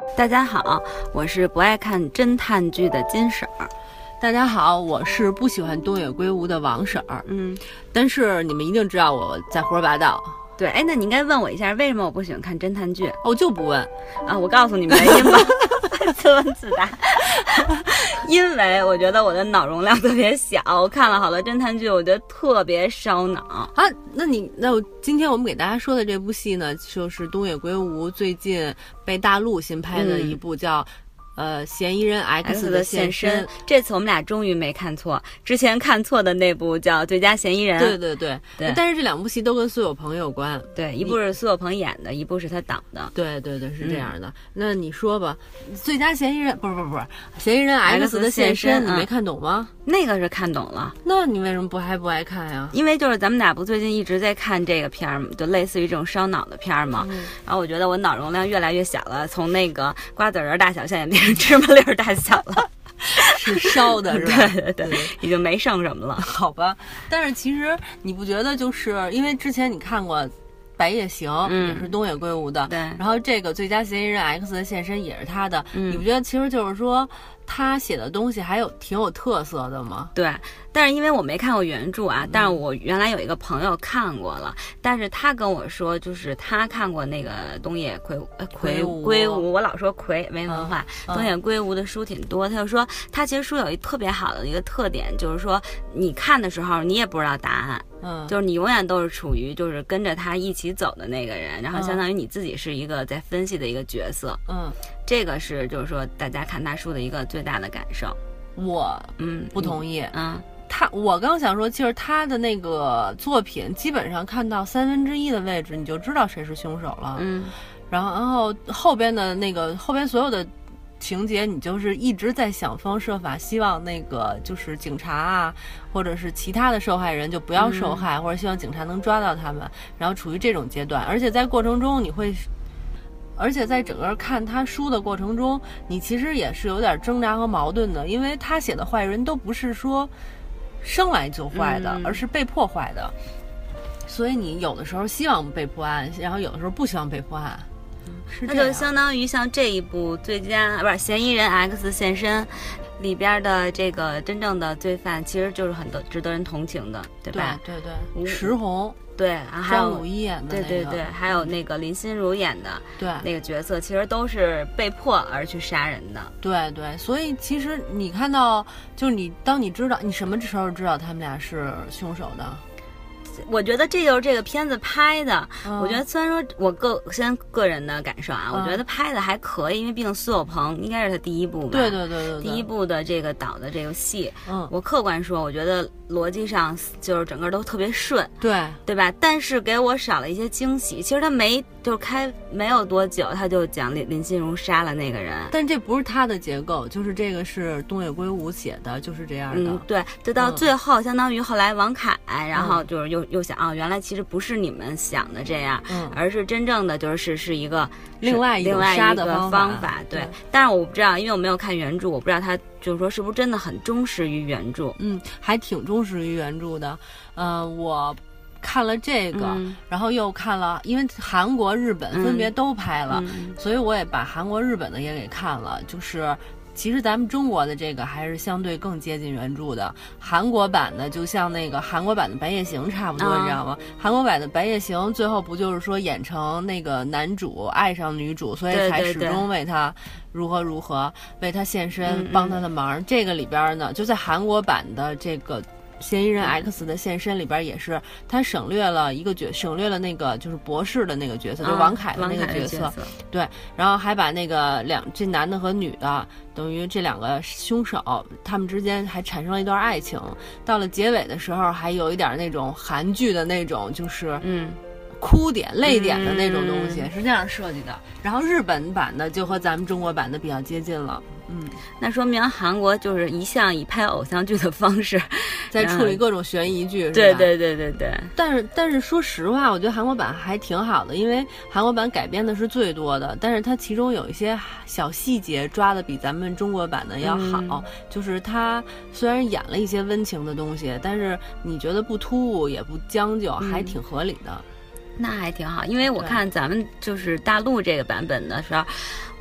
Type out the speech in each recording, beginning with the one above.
大家好，我是不爱看侦探剧的金婶儿。 大家好，我是不喜欢东野圭吾的王婶儿。但是你们一定知道我在胡说八道。 对，哎，那你应该问我一下，为什么我不喜欢看侦探剧？ 我就不问啊，我告诉你们原因吧。自问自答。因为我觉得我的脑容量特别小，我看了好多侦探剧，我觉得特别烧脑啊。今天我们给大家说的这部戏呢，就是东野圭吾最近被大陆新拍的一部叫嫌疑人 X 的现身。 这次我们俩终于没看错，之前看错的那部叫最佳嫌疑人。 对，但是这两部戏都跟苏有朋有关。 对，一部是苏有朋演的，一部是他导的。 对，是这样的。那你说吧，最佳嫌疑人不是嫌疑人 X 的现身，你没看懂吗？ 那个是看懂了。 那你为什么不爱看呀？ 因为就是咱们俩不最近一直在看这个片儿嘛，就类似于这种烧脑的片儿嘛。然后我觉得我脑容量越来越小了，从那个瓜子仁大小现在变成芝麻粒儿大小了。 是烧的是吧？ 对，已经没剩什么了。 好吧，但是其实你不觉得，就是因为之前你看过《白夜行》，也是东野圭吾的， 对， 然后这个最佳嫌疑人 X 的现身也是他的，你不觉得其实就是说他写的东西还挺有特色的吗？ 对，但是因为我没看过原著啊，但是我原来有一个朋友看过了，但是他跟我说，就是他看过那个东野圭吾，我老说圭，没文化，东野圭吾的书挺多，他就说他其实书有一特别好的一个特点，就是说你看的时候你也不知道答案。就是你永远都是处于就是跟着他一起走的那个人，然后相当于你自己是一个在分析的一个角色。这个是就是说大家看他书的一个最大的感受。 我不同意。我刚想说，其实他的那个作品基本上看到1/3的位置，你就知道谁是凶手了。然后后边所有的情节，你就是一直在想方设法，希望那个就是警察啊，或者是其他的受害人就不要受害，或者希望警察能抓到他们，然后处于这种阶段。而且在过程中在整个看他书的过程中，你其实也是有点挣扎和矛盾的，因为他写的坏人都不是说生来就坏的，而是被迫坏的。所以你有的时候希望被破案，然后有的时候不希望被破案。 那就相当于像这一部嫌疑人 X 现身里边的这个真正的罪犯，其实就是很多值得人同情的，对吧？ 对，石红， 对，还有张鲁一演的、那个， 对，还有那个林心如演的， 对， 那个角色其实都是被迫而去杀人的。 对，所以其实你看到，就是当你知道你什么时候知道他们俩是凶手的？ 我觉得这就是这个片子拍的。我觉得虽然说我个人的感受啊，我觉得拍的还可以，因为毕竟苏有朋应该是他第一部嘛， 对， 第一部的这个导的这个戏，我客观说，我觉得逻辑上就是整个都特别顺，对吧？但是给我少了一些惊喜。其实他没有多久，他就讲林心如杀了那个人， 但这不是他的结构，就是这个是东野圭吾写的，就是这样的。 对，就到最后，相当于后来王凯，然后就是又想原来其实不是你们想的这样，而是真正的是一个另外一个杀的方法。对，但是我不知道，因为我没有看原著，我不知道他就是说是不是真的很忠实于原著。 还挺忠实于原著的。我看了这个，然后又看了，因为韩国、日本分别都拍了，所以我也把韩国、日本的也给看了。就是其实咱们中国的这个还是相对更接近原著的，韩国版的就像那个韩国版的《白夜行》差不多，你知道吗？韩国版的《白夜行》最后不就是说演成那个男主爱上女主，所以才始终为他如何为他献身，帮他的忙。这个里边呢，就在韩国版的这个嫌疑人 X 的现身里边也是，他省略了那个就是博士的那个角色，就王凯的那个角色，对，然后还把那个这男的和女的，等于这两个凶手，他们之间还产生了一段爱情，到了结尾的时候还有一点那种韩剧的那种就是哭点泪点的那种东西，是这样设计的。然后日本版的就和咱们中国版的比较接近了。 那说明韩国就是一向以拍偶像剧的方式在处理各种悬疑剧，是吧？ 对。 但是说实话，我觉得韩国版还挺好的，因为韩国版改编的是最多的，但是它其中有一些小细节抓的比咱们中国版的要好。就是它虽然演了一些温情的东西，但是你觉得不突兀也不将就，还挺合理的。 那还挺好，因为我看咱们就是大陆这个版本的时候，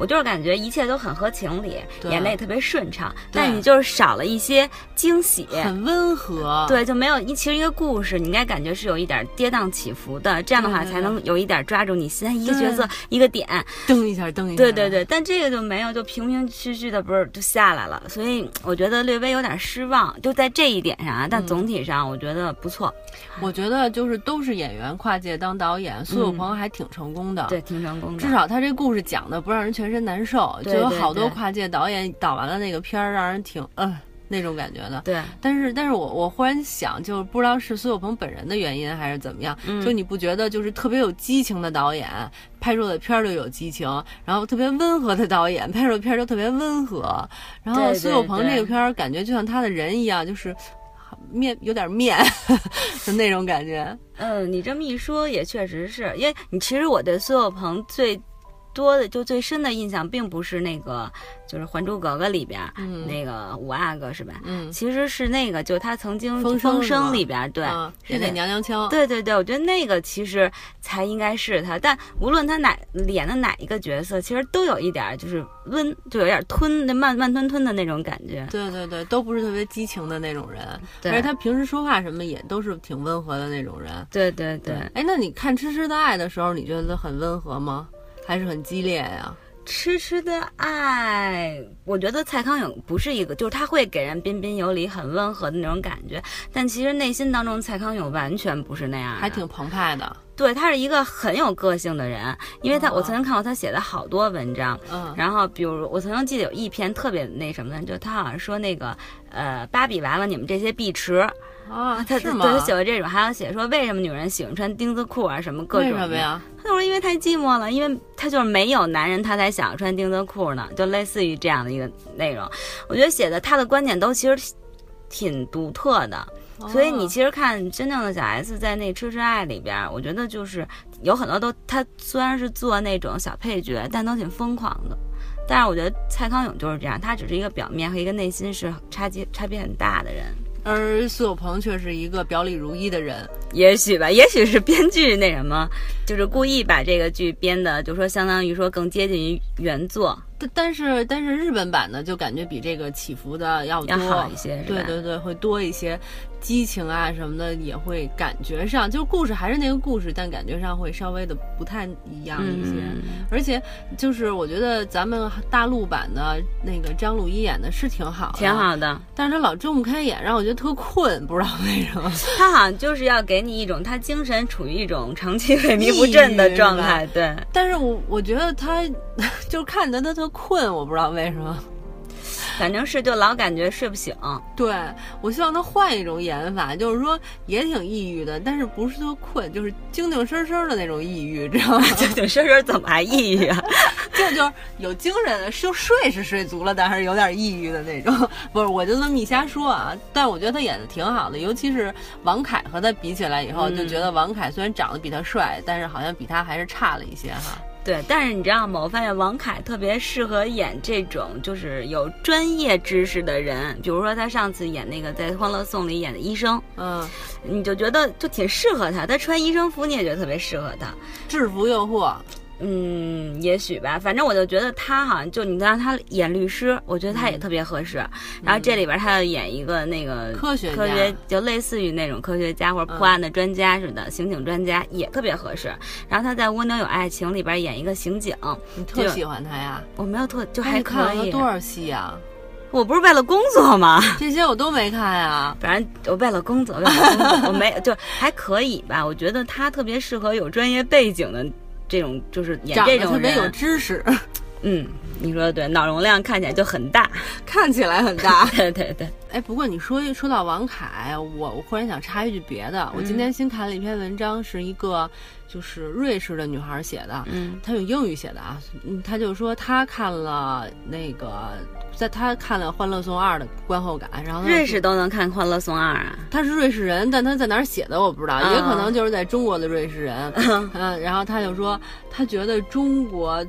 我就是感觉一切都很合情理，演得也特别顺畅，但是你就是少了一些惊喜， 很温和。 对，就没有其实一个故事你应该感觉是有一点跌宕起伏的，这样的话才能有一点抓住你心，一个角色一个点， 蹬一下蹬一下。 对对对，但这个就没有，就平平虚虚的，不是就下来了，所以我觉得略微有点失望，就在这一点上，但总体上我觉得不错。 我觉得就是都是演员跨界当导演，苏有朋还挺成功的， 对，挺成功的。 至少他这故事讲的不让人全身难受， 对就有好多跨界导演导完了那个片儿，让人挺那种感觉的。 对， 但是我忽然想，就不知道是苏有朋本人的原因还是怎么样，就你不觉得就是特别有激情的导演拍出的片儿就有激情，然后特别温和的导演拍出的片儿就特别温和，然后苏有朋这个片儿感觉就像他的人一样，就是有点面的那种感觉。 你这么一说也确实是，因为其实我对苏有朋最多的就最深的印象并不是那个就是《还珠格格》里边那个五阿哥是吧？其实是那个就他曾经风声里边对是那娘娘腔。 对对对，我觉得那个其实才应该是他，但无论他演的哪一个角色，其实都有一点就是就有点慢吞吞的那种感觉。 对对对，都不是特别激情的那种人， 而且他平时说话什么也都是挺温和的那种人。 对对对。 哎，那你看《痴痴的爱》的时候，你觉得很温和吗？还是很激烈呀？ 痴痴的爱，我觉得蔡康永不是一个，就是他会给人彬彬有礼、很温和的那种感觉，但其实内心当中蔡康永完全不是那样的， 还挺澎湃的。 对，他是一个很有个性的人，因为我曾经看过他写的好多文章，然后比如我曾经记得有一篇特别那什么的，就他好像说那个芭比娃娃你们这些碧池。他写过这种，还有写说为什么女人喜欢穿丁字裤啊，什么各种。 为什么呀？ 他就说因为太寂寞了，因为他就是没有男人，他才想要穿丁字裤呢，就类似于这样的一个内容。我觉得写的他的观点都其实挺独特的，所以你其实看真正的小 S 在那《痴痴爱》里边，我觉得就是有很多都他虽然是做那种小配角，但都挺疯狂的。但是我觉得蔡康永就是这样，他只是一个表面和一个内心是差别很大的人。 而苏有朋却是一个表里如一的人， 也许吧，也许是编剧那什么，就是故意把这个剧编的，就说相当于说更接近于原作。 但是日本版的就感觉比这个起伏的要好一些， 对对对，会多一些激情啊什么的，也会感觉上就是故事还是那个故事，但感觉上会稍微的不太一样一些。而且就是我觉得咱们大陆版的那个张鲁一演的是挺好的，但是他老睁不开眼，让我觉得特困，不知道为什么。 他好像就是要给你一种他精神处于一种长期萎靡不振的状态，对。 但是我觉得他就看着他特困，我不知道为什么。 反正是就老感觉睡不醒。 对，我希望他换一种演法，就是说也挺抑郁的，但是不是特困，就是精精神神的那种抑郁，知道吗？ 精精神神怎么还抑郁啊？ 就是有精神，就睡是睡足了，但是有点抑郁的那种。不是，我就这么一瞎说啊。但我觉得他演的挺好的，尤其是王凯和他比起来以后，就觉得王凯虽然长得比他帅，但是好像比他还是差了一些哈。 对，但是你知道吗？我发现王凯特别适合演这种就是有专业知识的人，比如说他上次演那个在《欢乐颂》里演的医生，你就觉得就挺适合他，他穿医生服你也觉得特别适合他， 制服诱惑。 也许吧，反正我就觉得他好像就你让他演律师，我觉得他也特别合适。然后这里边他要演一个那个科学就类似于那种科学家或者破案的专家似的，刑警专家也特别合适。然后他在《蜗牛有爱情》里边演一个刑警， 你特喜欢他呀？ 我没有就还可以。 看了多少戏啊？ 我不是为了工作吗？ 这些我都没看呀。 反正我为了工作，我没就还可以吧。我觉得他特别适合有专业背景的。这种就是演这种人特别有知识， 你说的对，脑容量看起来就很大， 看起来很大， 对对对。 哎，不过你说到王凯，我忽然想插一句别的，我今天新看了一篇文章，是一个就是瑞士的女孩写的，她用英语写的啊，她就说她看了那个。他看了《欢乐颂2》的观后感，然后瑞士都能看《欢乐颂2》啊？ 他是瑞士人，但他在哪儿写的我不知道，也可能就是在中国的瑞士人。然后他就说，他觉得中国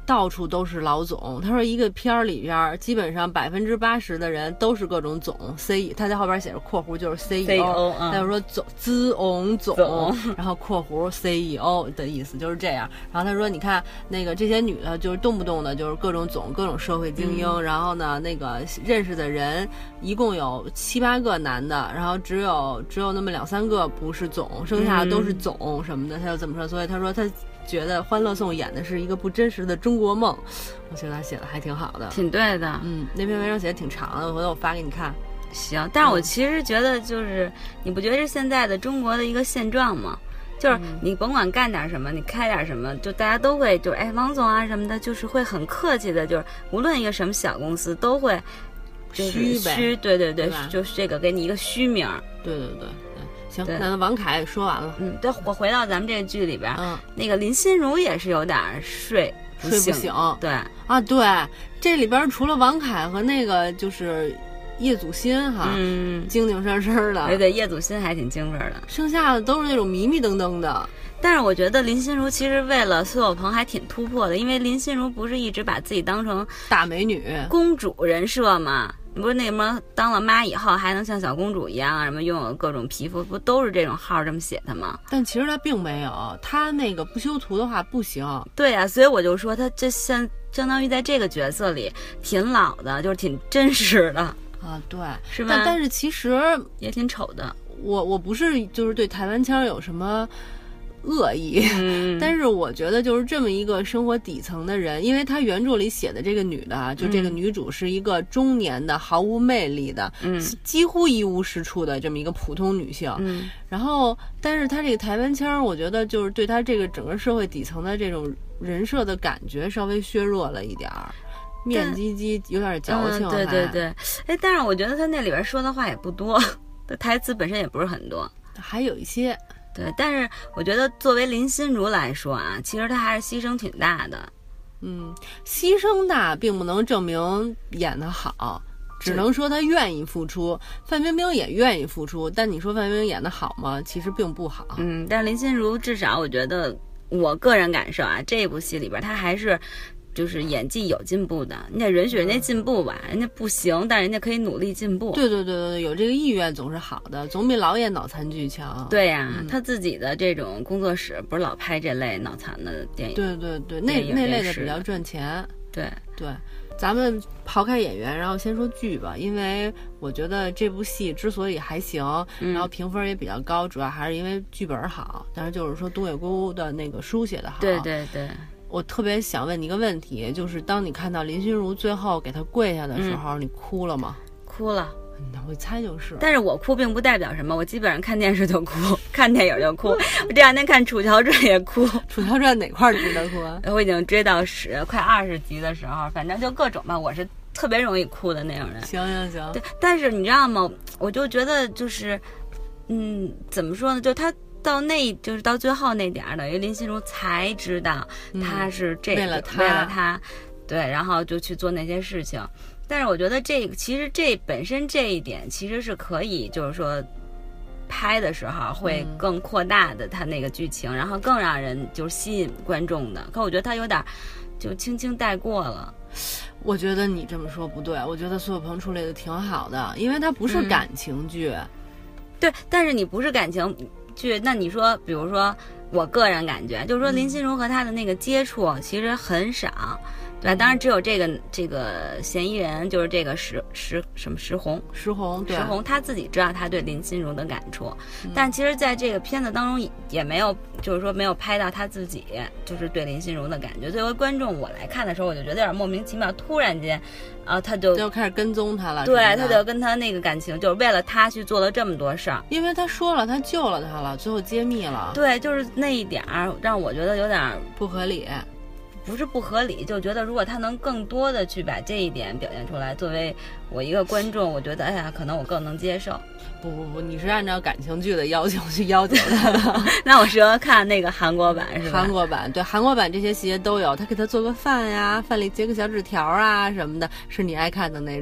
到处都是老总。他说一个片儿里边基本上80%的人都是各种总 CEO， 他在后边写着括弧就是 CEO， 他就说总，然后括弧 CEO 的意思就是这样。然后他说你看那个这些女的就是动不动的就是各种总各种社会精英，然后呢那个认识的人一共有7、8个男的，然后只有那么2、3个不是总，剩下的都是总什么的，他就这么说。所以他说他觉得《欢乐颂》演的是一个不真实的中国梦，我觉得他写的还挺好的， 挺对的。 那篇文章写的挺长的，回头我发给你看。 行，但是我其实觉得就是你不觉得是现在的中国的一个现状吗？就是你甭管干点什么，你开点什么，就大家都会就是王总啊什么的，就是会很客气的，就是无论一个什么小公司都会就是虚，对，就是这个给你一个虚名。对。 行，那王凯说完了。 对，我回到咱们这个剧里边，那个林心如也是有点睡不醒。对啊，对，这里边除了王凯和那个就是叶祖新哈，精精神神的。 对，叶祖新还挺精神的， 剩下的都是那种迷迷瞪瞪的。 但是我觉得林心如其实为了苏有朋还挺突破的，因为林心如不是一直把自己当成大美女、 公主人设吗？不是那什么当了妈以后还能像小公主一样啊，什么拥有各种皮肤，不都是这种号这么写的吗？ 但其实她并没有，她那个不修图的话不行。 对啊，所以我就说她这相当于在这个角色里挺老的，就是挺真实的啊，对， 是吧？ 但是其实也挺丑的。 我不是就是对台湾腔有什么恶意，但是我觉得就是这么一个生活底层的人，因为他原著里写的这个女的，就这个女主是一个中年的毫无魅力的，几乎一无是处的这么一个普通女性，然后但是她这个台湾腔，我觉得就是对她这个整个社会底层的这种人设的感觉稍微削弱了一点儿，面唧唧有点矫情。 对，但是我觉得她那里边说的话也不多，台词本身也不是很多， 还有一些。 对，但是我觉得作为林心如来说啊，其实她还是牺牲挺大的。 牺牲大并不能证明演得好，只能说她愿意付出。范冰冰也愿意付出，但你说范冰冰演得好吗？其实并不好。 但是林心如至少我觉得，我个人感受啊，这部戏里边她还是就是演技有进步的，你得允许人家进步吧，人家不行，但人家可以努力进步。 对，有这个意愿总是好的，总比老演脑残剧强。 对呀，他自己的这种工作室不是老拍这类脑残的电影。 对，那类的比较赚钱。对，咱们抛开演员，然后先说剧吧，因为我觉得这部戏之所以还行，然后评分也比较高，主要还是因为剧本好，但是就是说东野圭吾的那个书写的好。 对。 我特别想问你一个问题，就是当你看到林心如最后给她跪下的时候，你哭了吗？ 哭了。 我一猜就是。 但是我哭并不代表什么，我基本上看电视就哭，看电影就哭。我这两天看《楚乔传》也哭。《 楚乔传》哪块值得哭啊？ 我已经追到快20集的时候，反正就各种吧，我是特别容易哭的那种人。 行。 对，但是你知道吗？我就觉得就是，怎么说呢？就他。就是到最后那点儿，等于林心如才知道他是这个、为了他，对，然后就去做那些事情。但是我觉得其实这本身这一点其实是可以，就是说拍的时候会更扩大的他那个剧情，然后更让人就是吸引观众的。可我觉得他有点就轻轻带过了。 我觉得你这么说不对，我觉得苏有朋处理的挺好的，因为他不是感情剧。 对，但是你不是感情剧，那你说比如说我个人感觉就是说林心如和他的那个接触其实很少，对吧？当然只有这个嫌疑人就是这个石红， 对， 石红他自己知道他对林心如的感触，但其实在这个片子当中也没有，就是说没有拍到他自己就是对林心如的感觉。作为观众我来看的时候，我就觉得有点莫名其妙，突然间他就开始跟踪他了。 对，他就跟他那个感情就是为了他去做了这么多事儿， 因为他说了他救了他了，最后揭秘了。 对，就是那一点让我觉得有点不合理。 不是不合理，就觉得如果他能更多的去把这一点表现出来，作为我一个观众，我觉得可能我更能接受。 不，你是按照感情剧的要求去要求他的。 那我适合看那个韩国版是吧？ 韩国版，对，韩国版这些细节都有，他给他做个饭呀，饭里接个小纸条啊什么的，是你爱看的那种。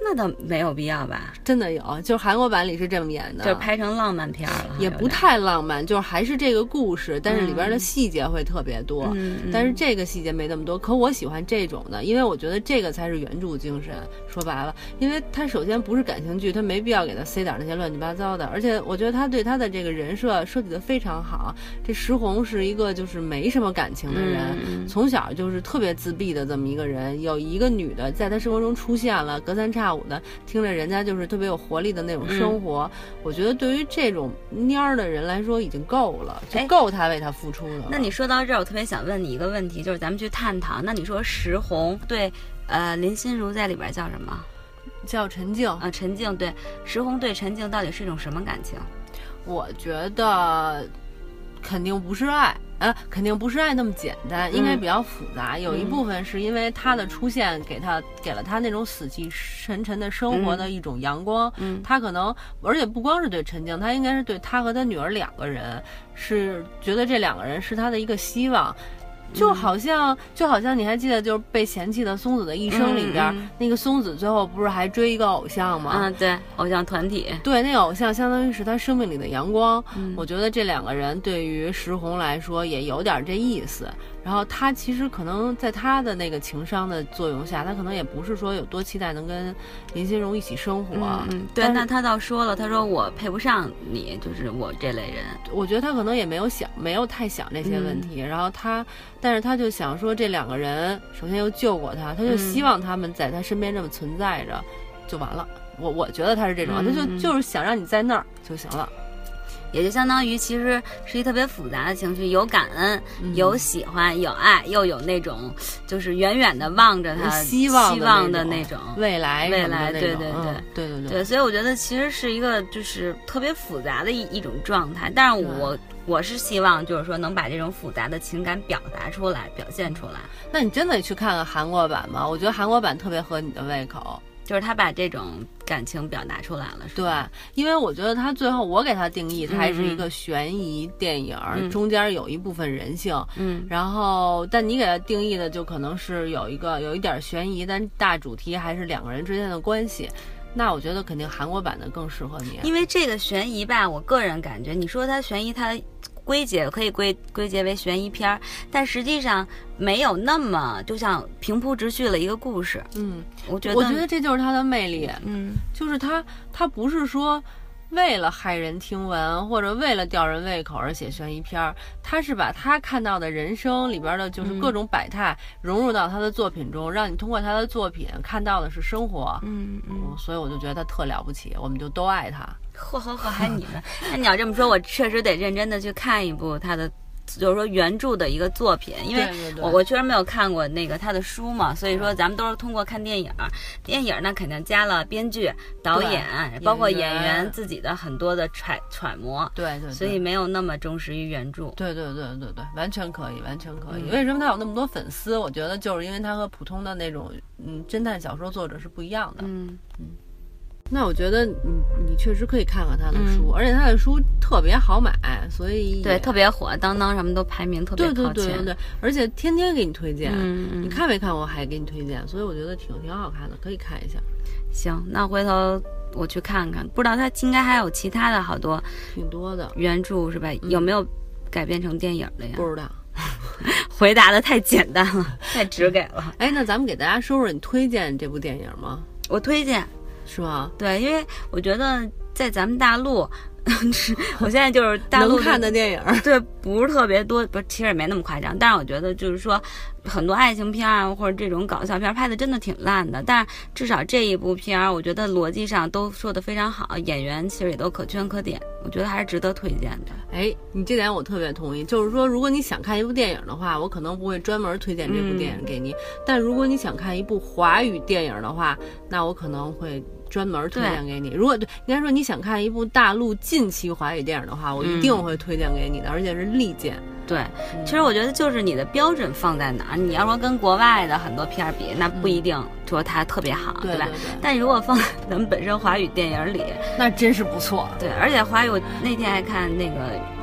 那倒没有必要吧？ 真的有，就是韩国版里是这么演的， 就拍成浪漫片了， 也不太浪漫，就是还是这个故事，但是里边的细节会特别多，但是这个细节没那么多。可我喜欢这种的，因为我觉得这个才是原著精神。说白了，因为它首先不是感情剧，它没必要给它塞点那些乱七八糟的，而且我觉得他对他的这个人设设计的非常好。这石红是一个就是没什么感情的人，从小就是特别自闭的这么一个人，有一个女的在他生活中出现了，隔三差五的听着人家就是特别有活力的那种生活，我觉得对于这种蔫儿的人来说已经够了，就够他为他付出的了。 那你说到这儿，我特别想问你一个问题，就是咱们去探讨，那你说石红对林心如在里边叫什么？ 叫陈静啊，陈静。对，石红对陈静到底是一种什么感情？ 我觉得肯定不是爱，肯定不是爱那么简单，应该比较复杂。有一部分是因为他的出现给了他那种死气沉沉的生活的一种阳光。他可能，而且不光是对陈静，他应该是对他和他女儿2个人，是觉得这2个人是他的一个希望。就好像你还记得就是被嫌弃的松子的一生里边，那个松子最后不是还追一个偶像吗？ 对，偶像团体。 对，那个偶像相当于是他生命里的阳光。我觉得这2个人对于石红来说也有点这意思。然后他其实可能在他的那个情商的作用下，他可能也不是说有多期待能跟林心如一起生活。 对，那他倒说了，他说我配不上你，就是我这类人。 我觉得他可能也没有太想这些问题。然后但是他就想说这2个人首先又救过他就希望他们在他身边这么存在着，就完了。我觉得他是这种，他就是想让你在那儿就行了。 也就相当于其实是一特别复杂的情绪，有感恩，有喜欢，有爱，又有那种就是远远的望着他希望的那种未来， 对，所以我觉得其实是一个就是特别复杂的一种状态。但是我是希望就是说能把这种复杂的情感表达出来，表现出来。 那你真的去看看韩国版吗？我觉得韩国版特别合你的胃口。 就是他把这种感情表达出来了，是吧？对，因为我觉得他最后我给他定义，它还是一个悬疑电影，中间有一部分人性，然后但你给他定义的就可能是有一点悬疑，但大主题还是2个人之间的关系。那我觉得肯定韩国版的更适合你， 因为这个悬疑吧，我个人感觉，你说它悬疑，它可以归结为悬疑片，但实际上没有那么就像平铺直叙了一个故事。我觉得这就是它的魅力。就是它不是说为了骇人听闻或者为了吊人胃口而写悬疑片，他是把他看到的人生里边的就是各种百态融入到他的作品中，让你通过他的作品看到的是生活。所以我就觉得他特了不起，我们就都爱他。 呵，还你们？那你要这么说，我确实得认真的去看一部他的，就是说原著的一个作品，因为我确实没有看过那个他的书嘛，所以说咱们都是通过看电影呢肯定加了编剧、导演，包括演员自己的很多的揣摩，对，所以没有那么忠实于原著。 对，完全可以。为什么他有那么多粉丝？我觉得就是因为他和普通的那种侦探小说作者是不一样的。那我觉得你确实可以看看他的书，而且他的书特别好买，所以对特别火，当当什么都排名特别靠前。 对，而且天天给你推荐。你看没看我还给你推荐，所以我觉得挺好看的，可以看一下。 行，那回头我去看看。不知道他应该还有其他的好多， 挺多的原著是吧？有没有改编成电影的呀？ 不知道。 回答的太简单了，太直给了。 那咱们给大家说说你推荐这部电影吗？ 我推荐。 是吗？ 对，因为我觉得在咱们大陆，我现在就是大陆能看的电影， 对，不是特别多，其实也没那么夸张。但是我觉得就是说，很多爱情片啊，或者这种搞笑片拍的真的挺烂的。但是至少这一部片，我觉得逻辑上都说的非常好，演员其实也都可圈可点，我觉得还是值得推荐的。 你这点我特别同意。就是说，如果你想看一部电影的话，我可能不会专门推荐这部电影给你。但如果你想看一部华语电影的话，那我可能会专门推荐给你。如果应该说你想看一部大陆近期华语电影的话，我一定会推荐给你的，而且是利剑。 对，其实我觉得就是你的标准放在哪儿。你要说跟国外的很多片比，那不一定说它特别好，对吧？但如果放在咱们本身华语电影里， 那真是不错。 对，而且华语我那天还看那个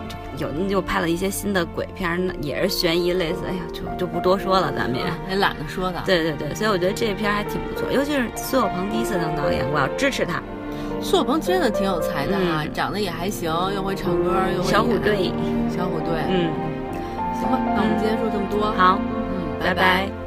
又拍了一些新的鬼片，也是悬疑类似。哎呀，就不多说了，咱们也懒得说的。 对对对，所以我觉得这片还挺不错，尤其是苏有朋第一次当导演，我要支持他。 苏有朋真的挺有才的哈，长得也还行，又会唱歌，又会小虎队， 行吧，那我们今天说这么多， 好， 拜拜。